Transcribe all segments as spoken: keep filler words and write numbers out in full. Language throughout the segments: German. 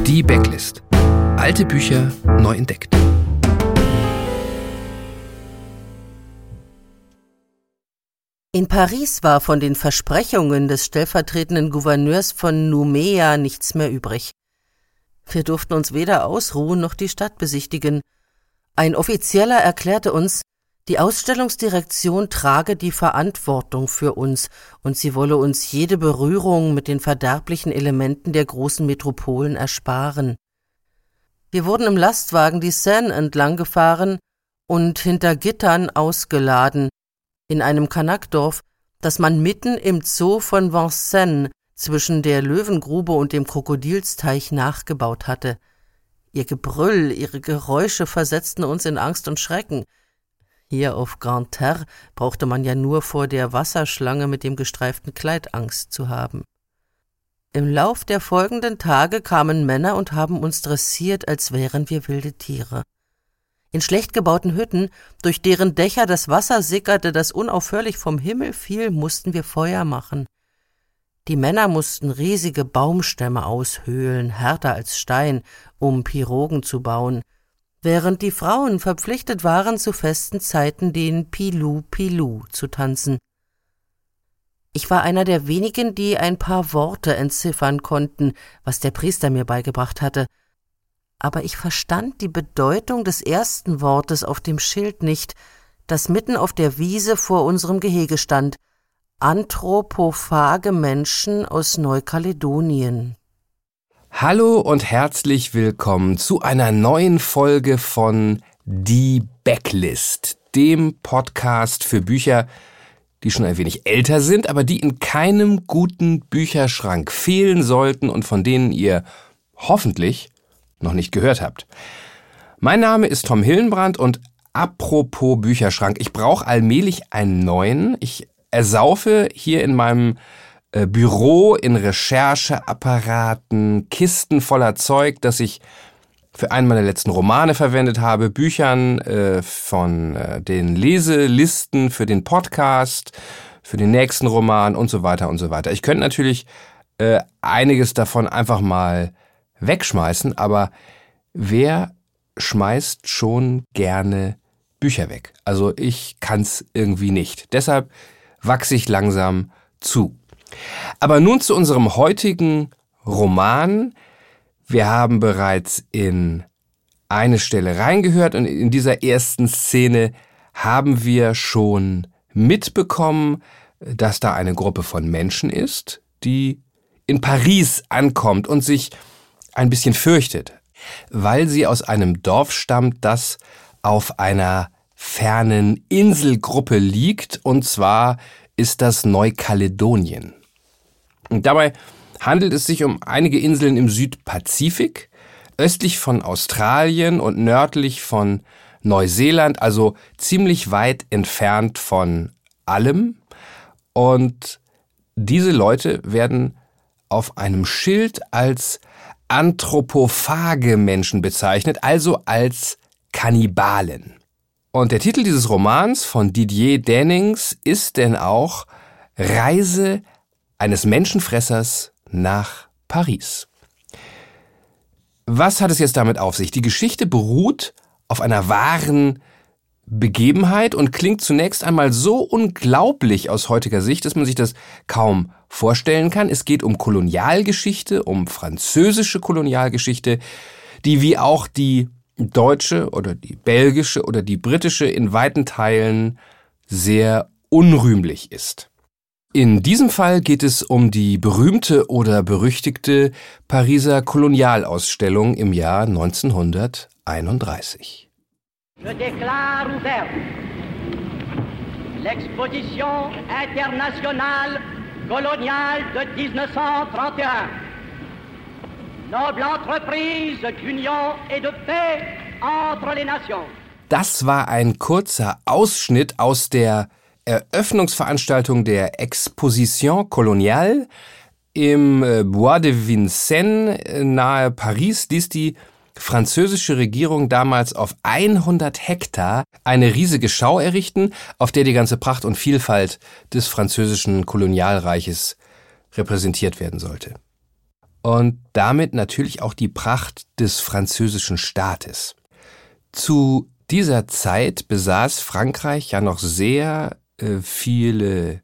Die Backlist. Alte Bücher neu entdeckt. In Paris war von den Versprechungen des stellvertretenden Gouverneurs von Noumea nichts mehr übrig. Wir durften uns weder ausruhen noch die Stadt besichtigen. Ein Offizieller erklärte uns, die Ausstellungsdirektion trage die Verantwortung für uns und sie wolle uns jede Berührung mit den verderblichen Elementen der großen Metropolen ersparen. Wir wurden im Lastwagen die Seine entlang gefahren und hinter Gittern ausgeladen, in einem Kanakdorf, das man mitten im Zoo von Vincennes zwischen der Löwengrube und dem Krokodilsteich nachgebaut hatte. Ihr Gebrüll, ihre Geräusche versetzten uns in Angst und Schrecken. Hier auf Grande Terre brauchte man ja nur vor der Wasserschlange mit dem gestreiften Kleid Angst zu haben. Im Lauf der folgenden Tage kamen Männer und haben uns dressiert, als wären wir wilde Tiere. In schlecht gebauten Hütten, durch deren Dächer das Wasser sickerte, das unaufhörlich vom Himmel fiel, mussten wir Feuer machen. Die Männer mussten riesige Baumstämme aushöhlen, härter als Stein, um Pirogen zu bauen, während die Frauen verpflichtet waren, zu festen Zeiten den Pilou Pilou zu tanzen. Ich war einer der wenigen, die ein paar Worte entziffern konnten, was der Priester mir beigebracht hatte. Aber ich verstand die Bedeutung des ersten Wortes auf dem Schild nicht, das mitten auf der Wiese vor unserem Gehege stand: Anthropophage Menschen aus Neukaledonien. Hallo und herzlich willkommen zu einer neuen Folge von Die Backlist, dem Podcast für Bücher, die schon ein wenig älter sind, aber die in keinem guten Bücherschrank fehlen sollten und von denen ihr hoffentlich noch nicht gehört habt. Mein Name ist Tom Hillenbrand und apropos Bücherschrank, ich brauche allmählich einen neuen. Ich ersaufe hier in meinem äh, Büro in Rechercheapparaten, Kisten voller Zeug, das ich für einen meiner letzten Romane verwendet habe, Büchern äh, von äh, den Leselisten für den Podcast, für den nächsten Roman und so weiter und so weiter. Ich könnte natürlich äh, einiges davon einfach mal wegschmeißen, aber wer schmeißt schon gerne Bücher weg? Also ich kann's irgendwie nicht. Deshalb wachse ich langsam zu. Aber nun zu unserem heutigen Roman. Wir haben bereits in eine Stelle reingehört und in dieser ersten Szene haben wir schon mitbekommen, dass da eine Gruppe von Menschen ist, die in Paris ankommt und sich ein bisschen fürchtet, weil sie aus einem Dorf stammt, das auf einer fernen Inselgruppe liegt, und zwar ist das Neukaledonien. Und dabei handelt es sich um einige Inseln im Südpazifik, östlich von Australien und nördlich von Neuseeland, also ziemlich weit entfernt von allem. Und diese Leute werden auf einem Schild als anthropophage Menschen bezeichnet, also als Kannibalen. Und der Titel dieses Romans von Didier Dennings ist denn auch Reise eines Menschenfressers nach Paris. Was hat es jetzt damit auf sich? Die Geschichte beruht auf einer wahren Begebenheit und klingt zunächst einmal so unglaublich aus heutiger Sicht, dass man sich das kaum vorstellen kann. Es geht um Kolonialgeschichte, um französische Kolonialgeschichte, die wie auch die deutsche oder die belgische oder die britische in weiten Teilen sehr unrühmlich ist. In diesem Fall geht es um die berühmte oder berüchtigte Pariser Kolonialausstellung im Jahr neunzehnhunderteinunddreißig. Je déclare ouverte l'exposition internationale coloniale de dix-neuf cent trente et un. Noble entreprise d'union et de paix entre les nations. Das war ein kurzer Ausschnitt aus der Eröffnungsveranstaltung der Exposition Coloniale im Bois de Vincennes nahe Paris, ließ die französische Regierung damals auf hundert Hektar eine riesige Schau errichten, auf der die ganze Pracht und Vielfalt des französischen Kolonialreiches repräsentiert werden sollte. und damit natürlich auch die Pracht des französischen Staates. Zu dieser Zeit besaß Frankreich ja noch sehr äh, viele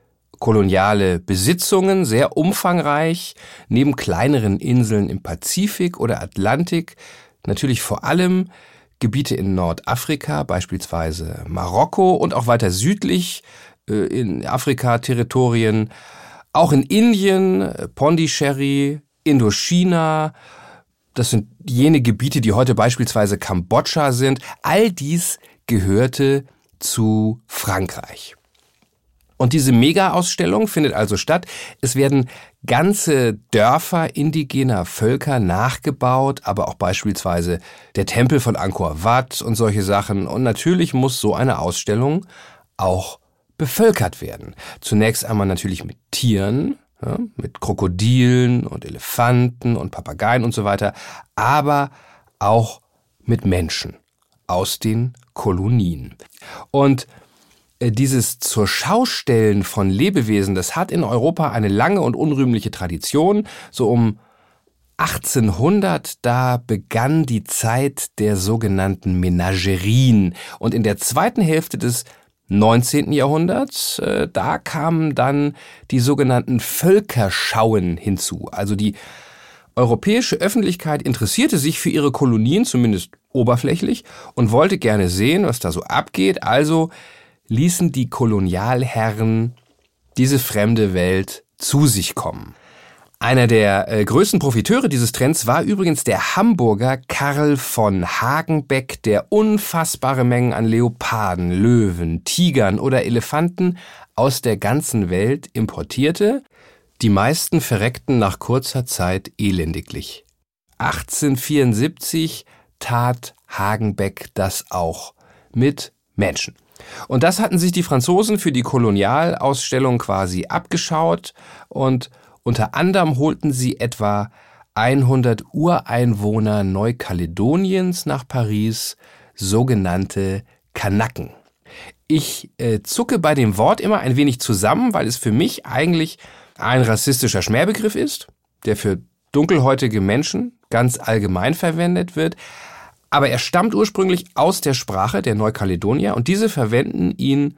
koloniale Besitzungen, sehr umfangreich, neben kleineren Inseln im Pazifik oder Atlantik, natürlich vor allem Gebiete in Nordafrika, beispielsweise Marokko und auch weiter südlich äh, in Afrika Territorien, auch in Indien, Pondicherry, Indochina. Das sind jene Gebiete, die heute beispielsweise Kambodscha sind. All dies gehörte zu Frankreich. Und diese Mega-Ausstellung findet also statt. Es werden ganze Dörfer indigener Völker nachgebaut, aber auch beispielsweise der Tempel von Angkor Wat und solche Sachen. Und natürlich muss so eine Ausstellung auch bevölkert werden. Zunächst einmal natürlich mit Tieren, ja, mit Krokodilen und Elefanten und Papageien und so weiter, aber auch mit Menschen aus den Kolonien. Und äh, dieses Zur-Schau-Stellen von Lebewesen, das hat in Europa eine lange und unrühmliche Tradition. So um achtzehnhundert, da begann die Zeit der sogenannten Menagerien. Und in der zweiten Hälfte des neunzehnten Jahrhunderts, äh, da kamen dann die sogenannten Völkerschauen hinzu. Also die europäische Öffentlichkeit interessierte sich für ihre Kolonien, zumindest oberflächlich, und wollte gerne sehen, was da so abgeht. Also ließen die Kolonialherren diese fremde Welt zu sich kommen. Einer der äh, größten Profiteure dieses Trends war übrigens der Hamburger Karl von Hagenbeck, der unfassbare Mengen an Leoparden, Löwen, Tigern oder Elefanten aus der ganzen Welt importierte. Die meisten verreckten nach kurzer Zeit elendiglich. achtzehnhundertvierundsiebzig tat Hagenbeck das auch mit Menschen. Und das hatten sich die Franzosen für die Kolonialausstellung quasi abgeschaut und unter anderem holten sie etwa hundert Ureinwohner Neukaledoniens nach Paris, sogenannte Kanaken. Ich äh, zucke bei dem Wort immer ein wenig zusammen, weil es für mich eigentlich ein rassistischer Schmähbegriff ist, der für dunkelhäutige Menschen ganz allgemein verwendet wird. Aber er stammt ursprünglich aus der Sprache der Neukaledonier und diese verwenden ihn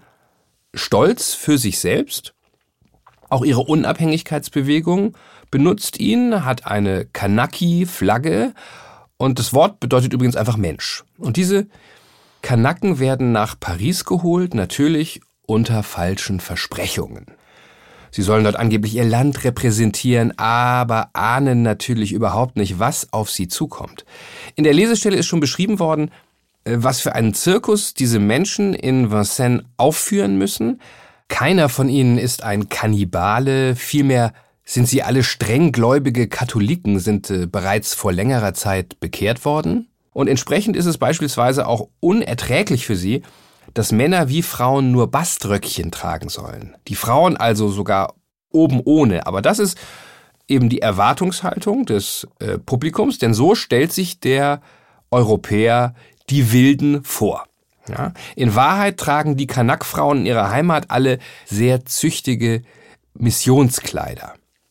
stolz für sich selbst. Auch ihre Unabhängigkeitsbewegung benutzt ihn, hat eine Kanaki-Flagge und das Wort bedeutet übrigens einfach Mensch. Und diese Kanaken werden nach Paris geholt, natürlich unter falschen Versprechungen. Sie sollen dort angeblich ihr Land repräsentieren, aber ahnen natürlich überhaupt nicht, was auf sie zukommt. In der Lesestelle ist schon beschrieben worden, was für einen Zirkus diese Menschen in Vincennes aufführen müssen. Keiner von ihnen ist ein Kannibale, vielmehr sind sie alle strenggläubige Katholiken, sind äh, bereits vor längerer Zeit bekehrt worden. Und entsprechend ist es beispielsweise auch unerträglich für sie, dass Männer wie Frauen nur Baströckchen tragen sollen. Die Frauen also sogar oben ohne. Aber das ist eben die Erwartungshaltung des äh, Publikums, denn so stellt sich der Europäer die Wilden vor. Ja, in Wahrheit tragen die Kanak-Frauen in ihrer Heimat alle sehr züchtige Missionskleider.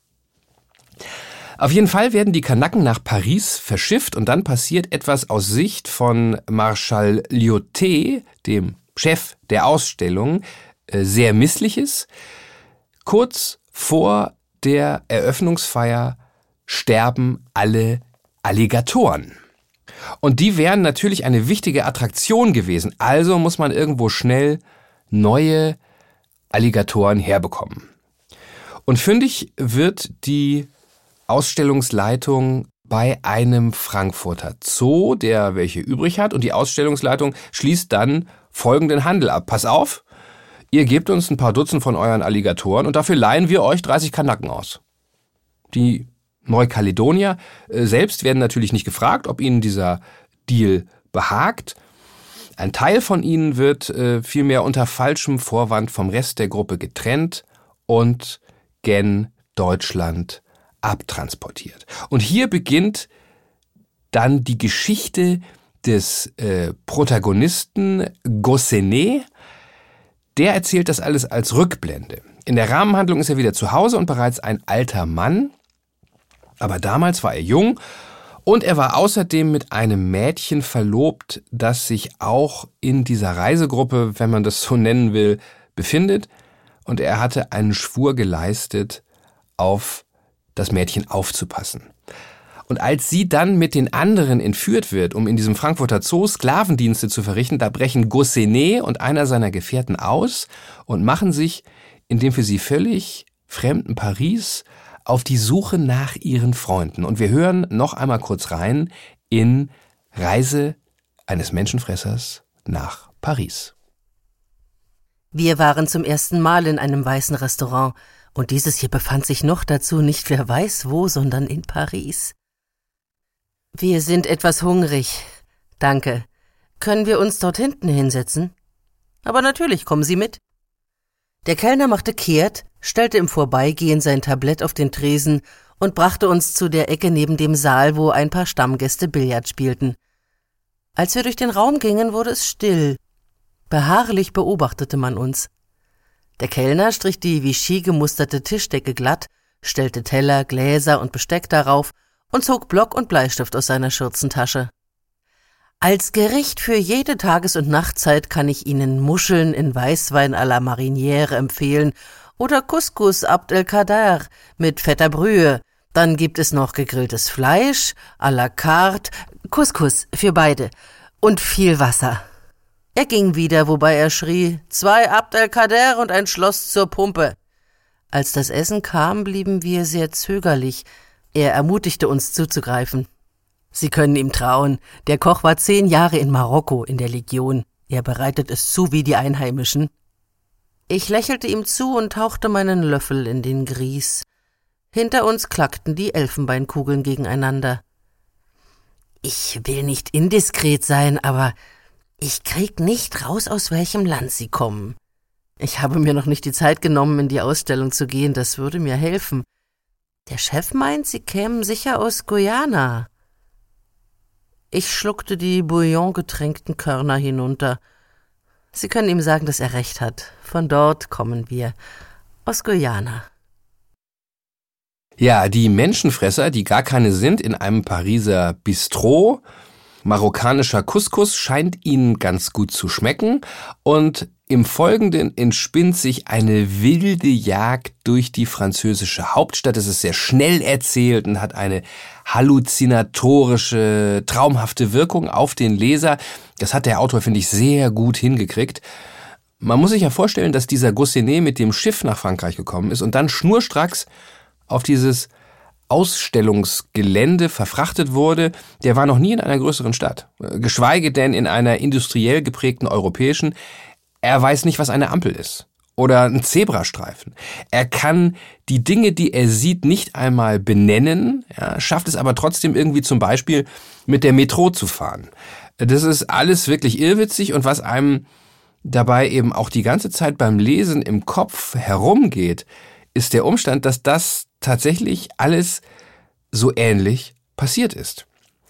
Auf jeden Fall werden die Kanaken nach Paris verschifft und dann passiert etwas aus Sicht von Marschall Lyautey, dem Chef der Ausstellung, sehr Missliches. Kurz vor der Eröffnungsfeier sterben alle Alligatoren. Und die wären natürlich eine wichtige Attraktion gewesen. Also muss man irgendwo schnell neue Alligatoren herbekommen. Und fündig wird die Ausstellungsleitung bei einem Frankfurter Zoo, der welche übrig hat. Und die Ausstellungsleitung schließt dann folgenden Handel ab. Pass auf, ihr gebt uns ein paar Dutzend von euren Alligatoren und dafür leihen wir euch dreißig Kanaken aus. Die Neukaledonier selbst werden natürlich nicht gefragt, ob ihnen dieser Deal behagt. Ein Teil von ihnen wird äh, vielmehr unter falschem Vorwand vom Rest der Gruppe getrennt und gen Deutschland abtransportiert. Und hier beginnt dann die Geschichte des äh, Protagonisten Gossenet. Der erzählt das alles als Rückblende. In der Rahmenhandlung ist er wieder zu Hause und bereits ein alter Mann. Aber damals war er jung und er war außerdem mit einem Mädchen verlobt, das sich auch in dieser Reisegruppe, wenn man das so nennen will, befindet. Und er hatte einen Schwur geleistet, auf das Mädchen aufzupassen. Und als sie dann mit den anderen entführt wird, um in diesem Frankfurter Zoo Sklavendienste zu verrichten, da brechen Gossenet und einer seiner Gefährten aus und machen sich in dem für sie völlig fremden Paris auf die Suche nach ihren Freunden. Und wir hören noch einmal kurz rein in Reise eines Menschenfressers nach Paris. Wir waren zum ersten Mal in einem weißen Restaurant und dieses hier befand sich noch dazu nicht wer weiß wo, sondern in Paris. Wir sind etwas hungrig. Danke. Können wir uns dort hinten hinsetzen? Aber natürlich, kommen Sie mit. Der Kellner machte kehrt, stellte im Vorbeigehen sein Tablett auf den Tresen und brachte uns zu der Ecke neben dem Saal, wo ein paar Stammgäste Billard spielten. Als wir durch den Raum gingen, wurde es still. Beharrlich beobachtete man uns. Der Kellner strich die Vichy gemusterte Tischdecke glatt, stellte Teller, Gläser und Besteck darauf und zog Block und Bleistift aus seiner Schürzentasche. Als Gericht für jede Tages- und Nachtzeit kann ich Ihnen Muscheln in Weißwein à la Marinière empfehlen oder Couscous Abd el-Kader mit fetter Brühe. Dann gibt es noch gegrilltes Fleisch, à la carte, Couscous für beide und viel Wasser. Er ging wieder, wobei er schrie, zwei Abd el-Kader und ein Schloss zur Pumpe. Als das Essen kam, blieben wir sehr zögerlich. Er ermutigte uns zuzugreifen. Sie können ihm trauen. Der Koch war zehn Jahre in Marokko in der Legion. Er bereitet es zu wie die Einheimischen. Ich lächelte ihm zu und tauchte meinen Löffel in den Grieß. Hinter uns klackten die Elfenbeinkugeln gegeneinander. Ich will nicht indiskret sein, aber ich krieg nicht raus, aus welchem Land Sie kommen. Ich habe mir noch nicht die Zeit genommen, in die Ausstellung zu gehen, das würde mir helfen. Der Chef meint, Sie kämen sicher aus Guyana. Ich schluckte die bouillongetränkten Körner hinunter. Sie können ihm sagen, dass er recht hat. Von dort kommen wir, aus Guyana. Ja, die Menschenfresser, die gar keine sind, in einem Pariser Bistro. Marokkanischer Couscous scheint ihnen ganz gut zu schmecken und im Folgenden entspinnt sich eine wilde Jagd durch die französische Hauptstadt. Es ist sehr schnell erzählt und hat eine halluzinatorische, traumhafte Wirkung auf den Leser. Das hat der Autor, finde ich, sehr gut hingekriegt. Man muss sich ja vorstellen, dass dieser Gossenet mit dem Schiff nach Frankreich gekommen ist und dann schnurstracks auf dieses Ausstellungsgelände verfrachtet wurde. Der war noch nie in einer größeren Stadt, geschweige denn in einer industriell geprägten europäischen. Er weiß nicht, was eine Ampel ist oder ein Zebrastreifen. Er kann die Dinge, die er sieht, nicht einmal benennen, ja, schafft es aber trotzdem irgendwie zum Beispiel mit der Metro zu fahren. Das ist alles wirklich irrwitzig und was einem dabei eben auch die ganze Zeit beim Lesen im Kopf herumgeht, ist der Umstand, dass das tatsächlich alles so ähnlich passiert ist.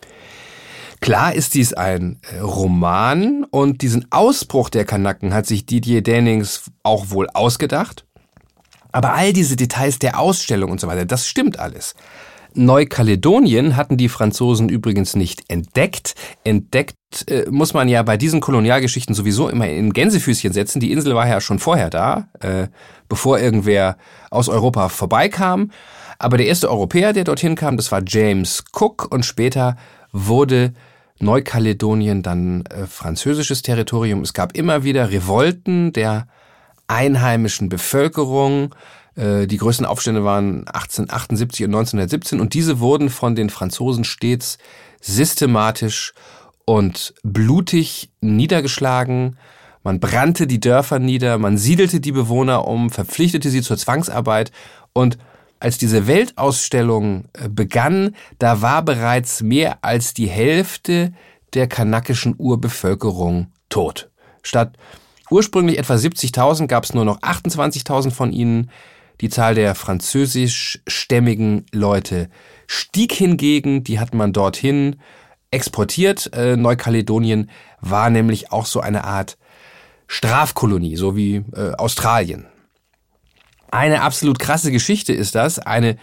Klar ist dies ein Roman und diesen Ausbruch der Kanaken hat sich Didier Dähnings auch wohl ausgedacht. Aber all diese Details der Ausstellung und so weiter, das stimmt alles. Neukaledonien hatten die Franzosen übrigens nicht entdeckt. Entdeckt äh, muss man ja bei diesen Kolonialgeschichten sowieso immer in Gänsefüßchen setzen. Die Insel war ja schon vorher da, äh, bevor irgendwer aus Europa vorbeikam. Aber der erste Europäer, der dorthin kam, das war James Cook und später wurde Neukaledonien dann äh, französisches Territorium. Es gab immer wieder Revolten der einheimischen Bevölkerung. Äh, die größten Aufstände waren achtzehnhundertachtundsiebzig und neunzehnhundertsiebzehn und diese wurden von den Franzosen stets systematisch und blutig niedergeschlagen. Man brannte die Dörfer nieder, man siedelte die Bewohner um, verpflichtete sie zur Zwangsarbeit und als diese Weltausstellung begann, da war bereits mehr als die Hälfte der kanakischen Urbevölkerung tot. Statt ursprünglich etwa siebzigtausend gab es nur noch achtundzwanzigtausend von ihnen. Die Zahl der französischstämmigen Leute stieg hingegen, die hat man dorthin exportiert. Äh, Neukaledonien war nämlich auch so eine Art Strafkolonie, so wie äh, Australien. Eine absolut krasse Geschichte ist das, eine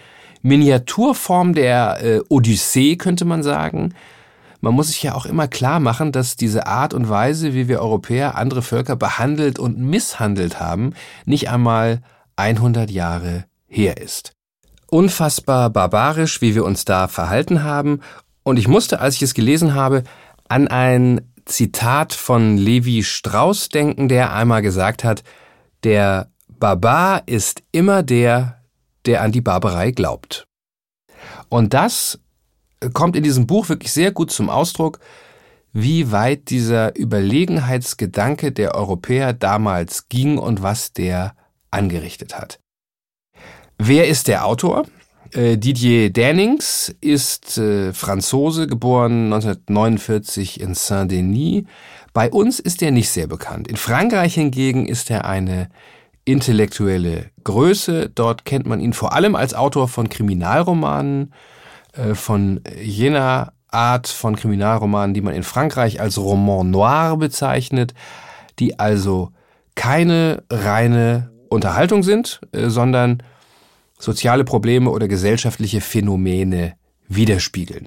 Miniaturform der äh, Odyssee, könnte man sagen. Man muss sich ja auch immer klar machen, dass diese Art und Weise, wie wir Europäer andere Völker behandelt und misshandelt haben, nicht einmal hundert Jahre her ist. Unfassbar barbarisch, wie wir uns da verhalten haben. Und ich musste, als ich es gelesen habe, an ein Zitat von Levi Strauss denken, der einmal gesagt hat, der Barbar ist immer der, der an die Barbarei glaubt. Und das kommt in diesem Buch wirklich sehr gut zum Ausdruck, wie weit dieser Überlegenheitsgedanke der Europäer damals ging und was der angerichtet hat. Wer ist der Autor? Äh, Didier Dannings ist äh, Franzose, geboren neunzehnhundertneunundvierzig in Saint-Denis. Bei uns ist er nicht sehr bekannt. In Frankreich hingegen ist er eine intellektuelle Größe. Dort kennt man ihn vor allem als Autor von Kriminalromanen, äh, von jener Art von Kriminalromanen, die man in Frankreich als Roman noir bezeichnet, die also keine reine Unterhaltung sind, äh, sondern soziale Probleme oder gesellschaftliche Phänomene widerspiegeln.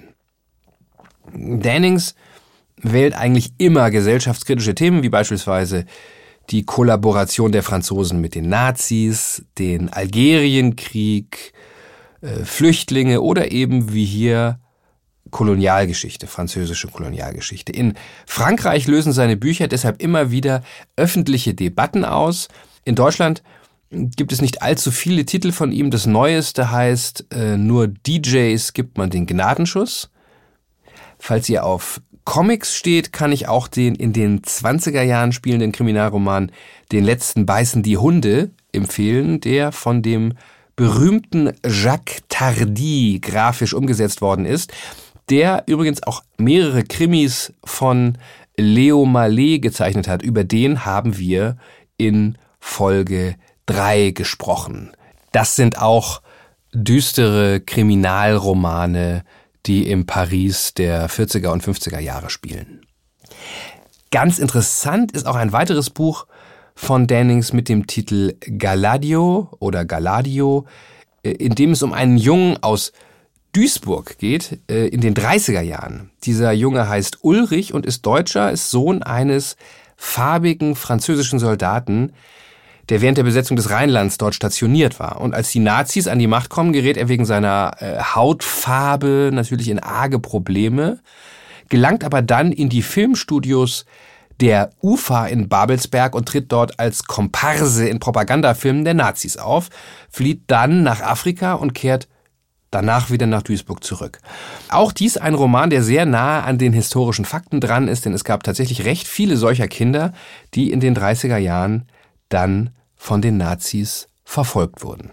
Dannings wählt eigentlich immer gesellschaftskritische Themen, wie beispielsweise die Kollaboration der Franzosen mit den Nazis, den Algerienkrieg, äh, Flüchtlinge oder eben wie hier Kolonialgeschichte, französische Kolonialgeschichte. In Frankreich lösen seine Bücher deshalb immer wieder öffentliche Debatten aus. In Deutschland gibt es nicht allzu viele Titel von ihm. Das Neueste heißt, äh, nur D Js gibt man den Gnadenschuss. Falls ihr auf Comics steht, kann ich auch den in den zwanziger Jahren spielenden Kriminalroman Den letzten beißen die Hunde empfehlen, der von dem berühmten Jacques Tardy grafisch umgesetzt worden ist, der übrigens auch mehrere Krimis von Leo Mallet gezeichnet hat. Über den haben wir in Folge drei gesprochen. Das sind auch düstere Kriminalromane, die im Paris der vierziger und fünfziger Jahre spielen. Ganz interessant ist auch ein weiteres Buch von Dannings mit dem Titel Galadio oder Galadio, in dem es um einen Jungen aus Duisburg geht, in den dreißiger Jahren. Dieser Junge heißt Ulrich und ist Deutscher, ist Sohn eines farbigen französischen Soldaten, der während der Besetzung des Rheinlands dort stationiert war. Und als die Nazis an die Macht kommen, gerät er wegen seiner äh, Hautfarbe natürlich in arge Probleme, gelangt aber dann in die Filmstudios der U F A in Babelsberg und tritt dort als Komparse in Propagandafilmen der Nazis auf, flieht dann nach Afrika und kehrt danach wieder nach Duisburg zurück. Auch dies ein Roman, der sehr nahe an den historischen Fakten dran ist, denn es gab tatsächlich recht viele solcher Kinder, die in den dreißiger Jahren dann von den Nazis verfolgt wurden.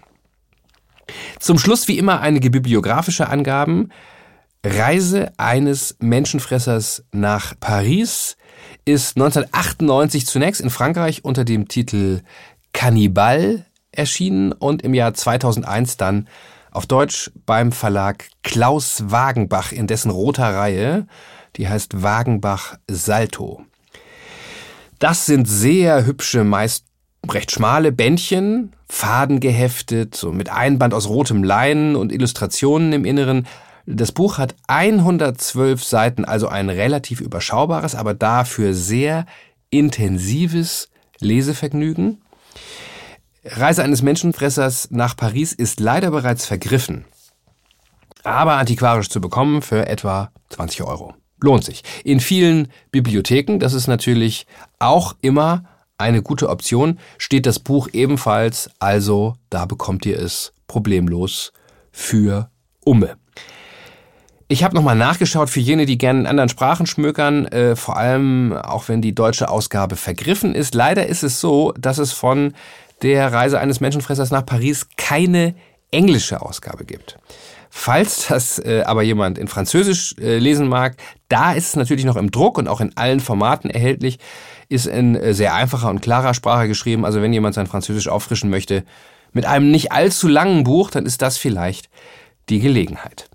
Zum Schluss wie immer einige bibliografische Angaben. Reise eines Menschenfressers nach Paris ist neunzehnhundertachtundneunzig zunächst in Frankreich unter dem Titel Cannibal erschienen und im Jahr zweitausendeins dann auf Deutsch beim Verlag Klaus Wagenbach in dessen roter Reihe, die heißt Wagenbach Salto. Das sind sehr hübsche, meist recht schmale Bändchen, fadengeheftet, so mit Einband aus rotem Leinen und Illustrationen im Inneren. Das Buch hat hundertzwölf Seiten, also ein relativ überschaubares, aber dafür sehr intensives Lesevergnügen. Reise eines Menschenfressers nach Paris ist leider bereits vergriffen, aber antiquarisch zu bekommen für etwa zwanzig Euro. Lohnt sich. In vielen Bibliotheken, das ist natürlich auch immer eine gute Option, steht das Buch ebenfalls, also da bekommt ihr es problemlos für Umme. Ich habe nochmal nachgeschaut für jene, die gerne in anderen Sprachen schmökern, äh, vor allem auch wenn die deutsche Ausgabe vergriffen ist. Leider ist es so, dass es von der Reise eines Menschenfressers nach Paris keine englische Ausgabe gibt. Falls das äh, aber jemand in Französisch äh, lesen mag, da ist es natürlich noch im Druck und auch in allen Formaten erhältlich, ist in äh, sehr einfacher und klarer Sprache geschrieben. Also wenn jemand sein Französisch auffrischen möchte, mit einem nicht allzu langen Buch, dann ist das vielleicht die Gelegenheit.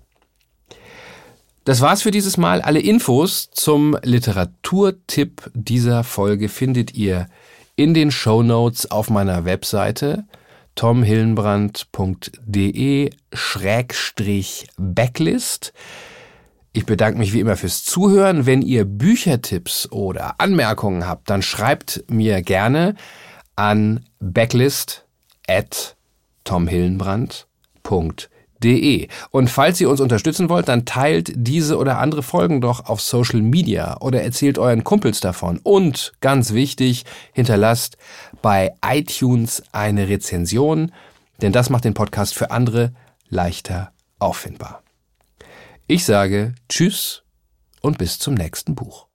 Das war's für dieses Mal. Alle Infos zum Literaturtipp dieser Folge findet ihr in den Shownotes auf meiner Webseite. tomhillenbrand.de schrägstrich Backlist. Ich bedanke mich wie immer fürs Zuhören. Wenn ihr Büchertipps oder Anmerkungen habt, dann schreibt mir gerne an backlist at tomhillenbrand punkt de. Und falls ihr uns unterstützen wollt, dann teilt diese oder andere Folgen doch auf Social Media oder erzählt euren Kumpels davon. Und ganz wichtig, hinterlasst bei iTunes eine Rezension, denn das macht den Podcast für andere leichter auffindbar. Ich sage Tschüss und bis zum nächsten Buch.